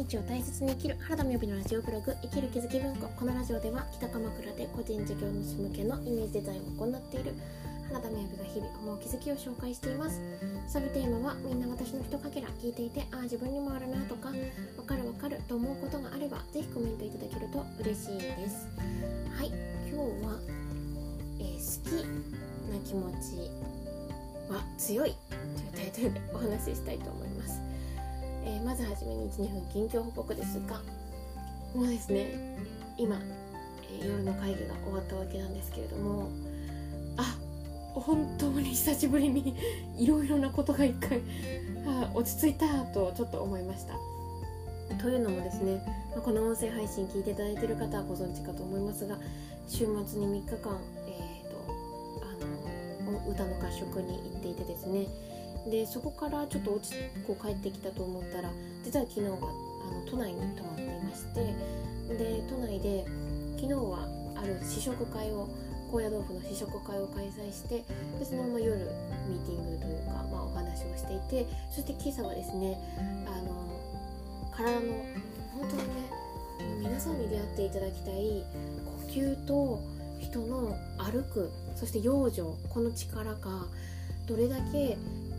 日を大切に生きる原田美帯のラジオブログ生きる気づき文庫。このラジオでは北鎌倉で個人事業主向けのイメージデザインを行っている原田美帯が日々思う気づきを紹介しています。サブテーマはみんな私のひとかけら。聞いていて自分にもあるなとかわかると思うことがあればぜひコメントいただけると嬉しいです。はい、今日は、好きな気持ちは強いというタイトルでお話ししたいと思います。まずはじめに 1,2 分近況報告ですが、もうですね今、夜の会議が終わったわけなんですけれども、本当に久しぶりにいろいろなことが一回落ち着いたとちょっと思いました。というのもですね、この音声配信聞いていただいている方はご存知かと思いますが、週末に3日間、歌の合宿に行っていてですね、でそこからちょっと帰ってきたと思ったら、実は昨日は都内に泊まっていまして、で都内で昨日はある試食会を高野豆腐の試食会を開催して、でそのまま夜ミーティングというか、お話をしていて、そして今朝はですね体の本当にね皆さんに出会っていただきたい呼吸と人の歩く、そして養生、この力がどれだけ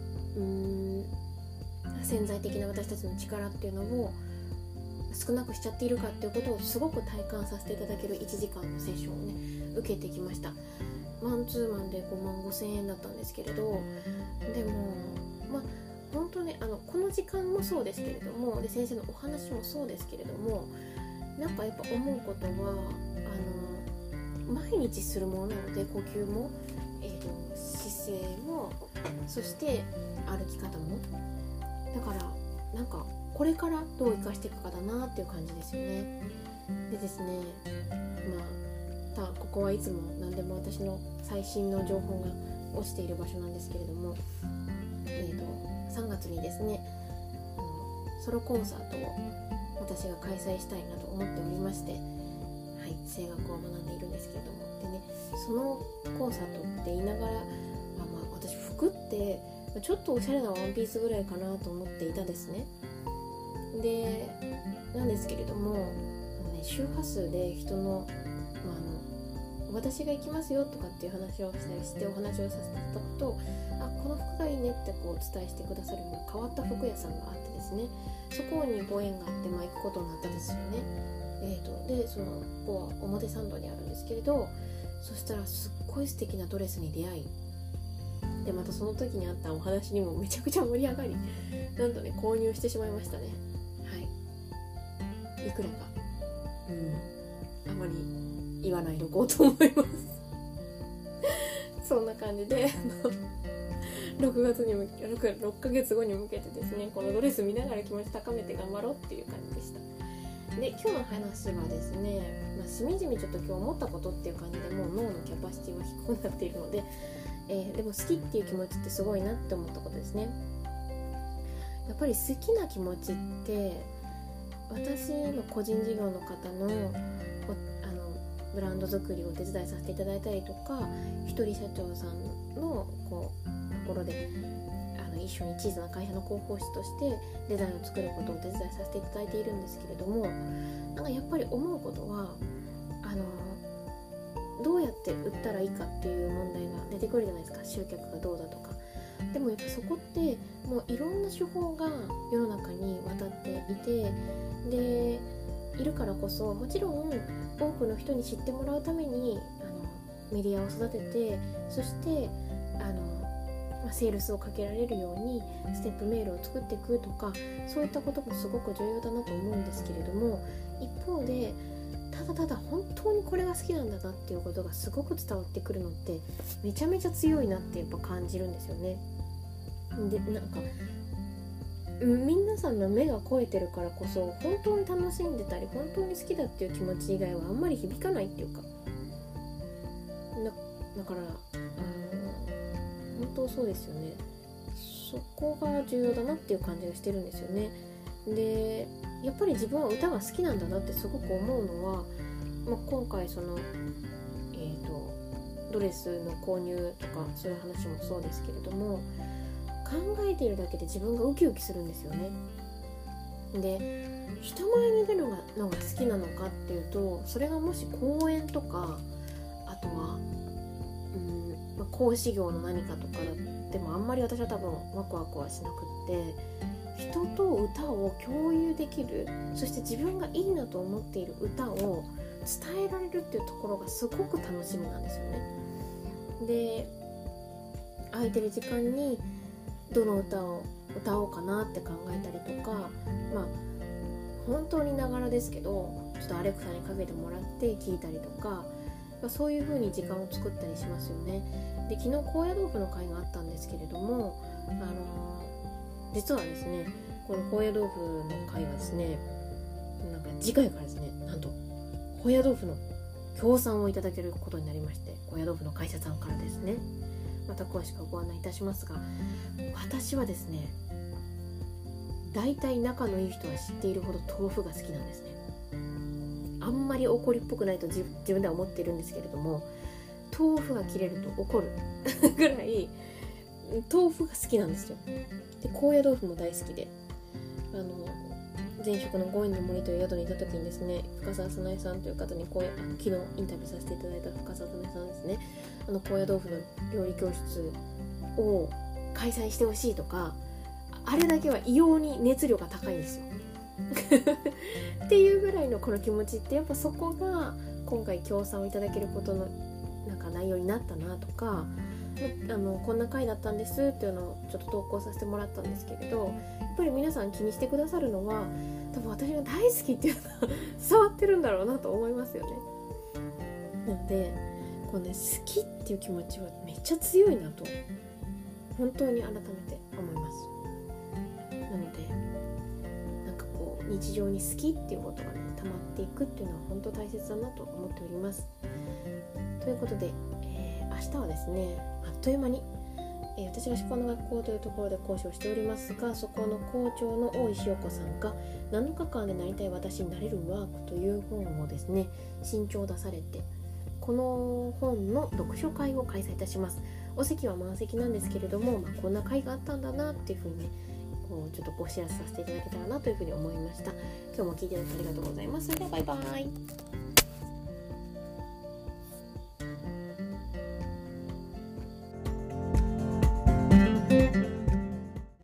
潜在的な私たちの力っていうのを少なくしちゃっているかっていうことをすごく体感させていただける1時間のセッションをね受けてきました。マンツーマンで55,000円だったんですけれど、でも本当ねこの時間もそうですけれども、で先生のお話もそうですけれども、やっぱ思うことは毎日するものなので、呼吸も、姿勢も、そして歩き方も、だからこれからどう生かしていくかだなっていう感じですよね。でですね、ここはいつも何でも私の最新の情報が落ちている場所なんですけれども、3月にですねソロコンサートを私が開催したいなと思っておりまして、声楽を学んでいるんですけれども、でね、そのコンサートって言いながら、私服ってちょっとおしゃれなワンピースぐらいかなと思っていたですね。でなんですけれども、周波数で人の、私が行きますよとかっていう話をしたりしてお話をさせていただくと、この服がいいねってお伝えしてくださる変わった服屋さんがあってですね、そこにご縁があって行くことになったですよね。でそのここは表参道にあるんですけれど、そしたらすっごい素敵なドレスに出会い、でまたその時にあったお話にもめちゃくちゃ盛り上がり、なんとね購入してしまいましたね。いくらかあまり言わないでおこうと思いますそんな感じで6ヶ月後に向けてですね、このドレス見ながら気持ち高めて頑張ろうっていう感じでした。で今日の話はですね、しみじみちょっと今日思ったことっていう感じで、もう脳のキャパシティは低くなっているので、でも好きっていう気持ちってすごいなって思ったことですね。やっぱり好きな気持ちって私の個人事業の方のブランド作りをお手伝いさせていただいたりとか、一人社長さんのところで一緒に小さな会社の広報誌としてデザインを作ることをお手伝いさせていただいているんですけれども、やっぱり思うことはどうやって売ったらいいかっていう問題が出てくるじゃないですか。集客がどうだとか。でもやっぱそこってもういろんな手法が世の中に渡っていて、でいるからこそ、もちろん多くの人に知ってもらうためにメディアを育てて、そしてセールスをかけられるようにステップメールを作っていくとか、そういったこともすごく重要だなと思うんですけれども、一方でただ本当にこれが好きなんだなっていうことがすごく伝わってくるのってめちゃめちゃ強いなってやっぱ感じるんですよね。で皆さんの目が肥えてるからこそ、本当に楽しんでたり本当に好きだっていう気持ち以外はあんまり響かないっていうか、だから本当そうですよね。そこが重要だなっていう感じがしてるんですよね。でやっぱり自分は歌が好きなんだなってすごく思うのは、今回そのドレスの購入とかそういう話もそうですけれども、考えているだけで自分がウキウキするんですよね。 で人前に出るのが好きなのかっていうと、それがもし講演とか、あとは、講師業の何かとかでもあんまり私は多分ワクワクはしなくって、人と歌を共有できる、そして自分がいいなと思っている歌を伝えられるっていうところがすごく楽しみなんですよね。で、空いてる時間にどの歌を歌おうかなって考えたりとか、本当にながらですけどちょっとアレクサにかけてもらって聞いたりとか、そういう風に時間を作ったりしますよね。で、昨日高野豆腐の会があったんですけれども、実はですね、この高野豆腐の会はですね、なんか次回からですね、なんと高野豆腐の協賛をいただけることになりまして、高野豆腐の会社さんからですね、また詳しくご案内いたしますが、私はですね、大体仲のいい人は知っているほど豆腐が好きなんですね。あんまり怒りっぽくないと自分では思っているんですけれども、豆腐が切れると怒るぐらい豆腐が好きなんですよ。で、高野豆腐も大好きで、前職の5円の森という宿にいた時にですね、深澤早苗さんという方に昨日インタビューさせていただいた深澤早苗さんですね、高野豆腐の料理教室を開催してほしいとか、あれだけは異様に熱量が高いんですよっていうぐらいのこの気持ちって、やっぱそこが今回協賛をいただけることのなんか内容になったなとか、こんな回だったんですっていうのをちょっと投稿させてもらったんですけれど、やっぱり皆さん気にしてくださるのは多分私が大好きっていうのが伝わってるんだろうなと思いますよね。なのでこうね、好きっていう気持ちはめっちゃ強いなと本当に改めて思います。なのでなんかこう日常に好きっていうことがね溜まっていくっていうのは本当大切だなと思っております。ということで、明日はですね、あっという間に、私が思考の学校というところで講師をしておりますが、そこの校長の大石陽子さんが7日間でなりたい私になれるワークという本をですね、新調出されて、この本の読書会を開催いたします。お席は満席なんですけれども、こんな会があったんだなっていうふうにね、ちょっとお知らせさせていただけたらなというふうに思いました。今日も聞いていただきありがとうございます。それではバイバイ。